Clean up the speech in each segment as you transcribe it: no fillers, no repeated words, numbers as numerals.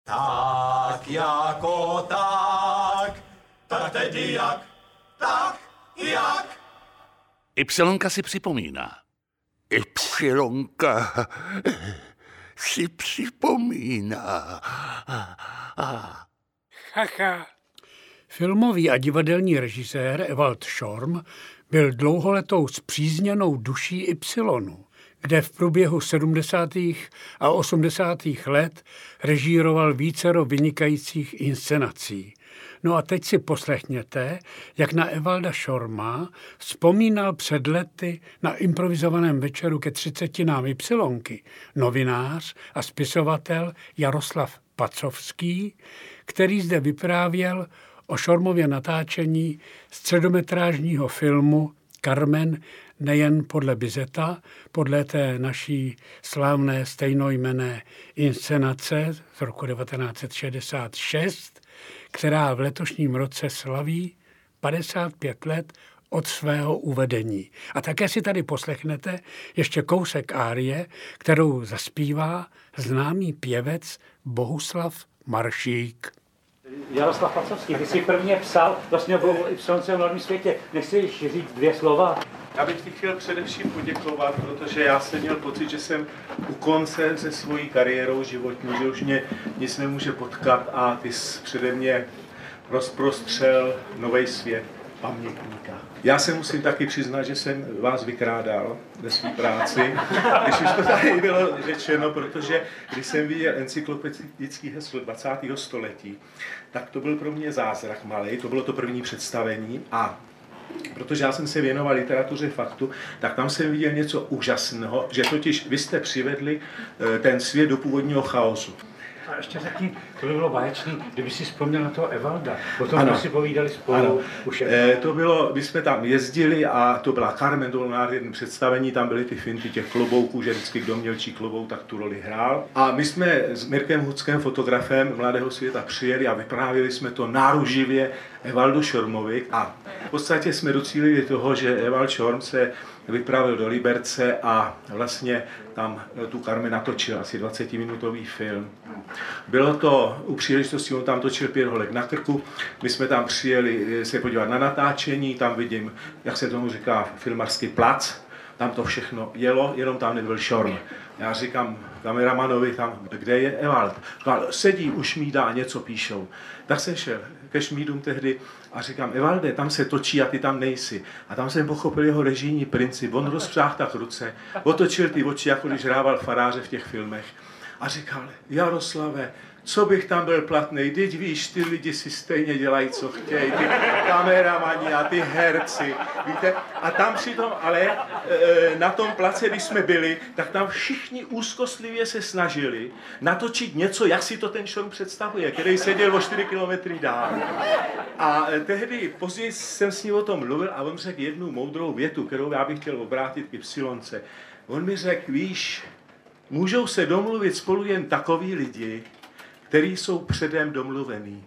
Tak jako tak tedy jak, tak jak. Ypsilonka si připomíná. Ypsilonka si připomíná. Chacha. Filmový a divadelní režisér Ewald Schorm byl dlouholetou spřízněnou duší Ypsilonu, kde v průběhu 70. a 80. let režíroval vícero vynikajících inscenací. No a teď si poslechněte, jak na Ewalda Schorma vzpomínal před lety na improvizovaném večeru ke 30. Ypsilonky novinář a spisovatel Jaroslav Pacovský, který zde vyprávěl o Schormově natáčení středometrážního filmu Carmen nejen podle Bizeta, podle té naší slávné stejnojmenné inscenace z roku 1966, která v letošním roce slaví 55 let od svého uvedení. A také si tady poslechnete ještě kousek árie, kterou zaspívá známý pěvec Bohuslav Maršík. Jaroslav Pacovský, ty jsi prvně psal vlastně o Ypsilonce v Mladém světě. Nechceš říct 2 slova? Já bych ti chtěl především poděkovat, protože já jsem měl pocit, že jsem u konce se svojí kariérou životní, že už mě nic nemůže potkat a ty jsi přede mě rozprostřel nový svět pamětníka. Já se musím taky přiznat, že jsem vás vykrádal ve své práci, když už to tady bylo řečeno, protože když jsem viděl encyklopedický heslo 20. století, tak to byl pro mě zázrak malej, to bylo to první představení a protože já jsem se věnoval literatuře faktu, tak tam jsem viděl něco úžasného, že totiž vy jste přivedli ten svět do původního chaosu. A ještě řekni, to by bylo báječný, kdyby si vzpomněl na toho Evalda. Potom jsme si povídali spolu. Ano. Už to bylo, my jsme tam jezdili a to byla Carmen, to bylo nádherné představení, tam byly ty finty těch klobouků, že vždycky kdo měl čí klobouk, tak tu roli hrál. A my jsme s Mirkem Huckém, fotografem Mladého světa, přijeli a vyprávěli jsme to náruživě Ewaldu Schormovi a v podstatě jsme docílili toho, že Ewald Schorm se vypravil do Liberce a vlastně tam tu Carmen natočil asi 20-minutový film. Bylo to u příležitosti, on tam točil 5 holek na krku, my jsme tam přijeli se podívat na natáčení, tam vidím, jak se tomu říká, filmařský plac, tam to všechno jelo, jenom tam nebyl Schorm. Já říkám kameramanovi tam, kde je Ewald? Sedí u šmída a něco píšou. Tak jsem šel ke šmídům tehdy a říkám, Ewalde, tam se točí a ty tam nejsi. A tam jsem pochopil jeho režijní princip. On rozpřáhl tak ruce, otočil ty oči, jako když hrával faráře v těch filmech. A říkal, Jaroslave, co bych tam byl platnej, teď víš, ty lidi si stejně dělají, co chtějí, ty kameramani a ty herci, víte, a tam přitom, ale na tom place, když jsme byli, tak tam všichni úzkostlivě se snažili natočit něco, jak si to ten Schorm představuje, který seděl o 4 kilometry dál. A tehdy, později jsem s ním o tom mluvil a on řekl jednu moudrou větu, kterou já bych chtěl obrátit k Ypsilonce. On mi řekl, víš, můžou se domluvit spolu jen takoví lidi, který jsou předem domluvený.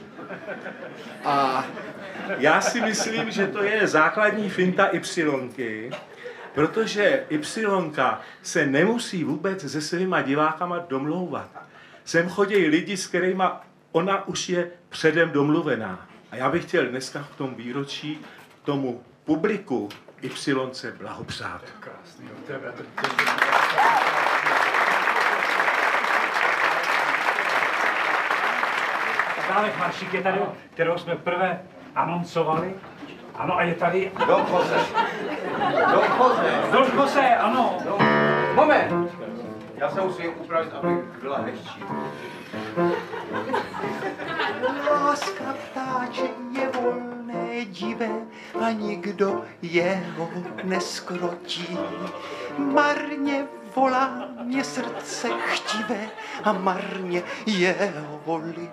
A já si myslím, že to je základní finta Ypsilonky, protože Ypsilonka se nemusí vůbec se svýma divákama domlouvat. Sem chodí lidi, s kterými ona už je předem domluvená. A já bych chtěl dneska k tomu výročí tomu publiku Ypsilonce blahopřát. Krásný.Álek Maršík je tady, kterou jsme prvé anoncovali. Ano, a je tady... Don Jose, ano. Moment! Já se musím upravit, aby byla hezčí. Láska ptáče je volné divé a nikdo jeho neskrotí. Marně volá mě srdce chtivé a marně jeho voli.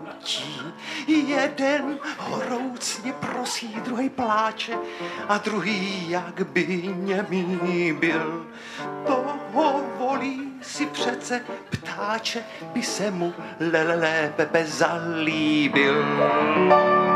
Jeden horoucně prosí, druhý pláče a druhý jak by němý byl. Toho volí si přece ptáče, by se mu lépe zalíbil.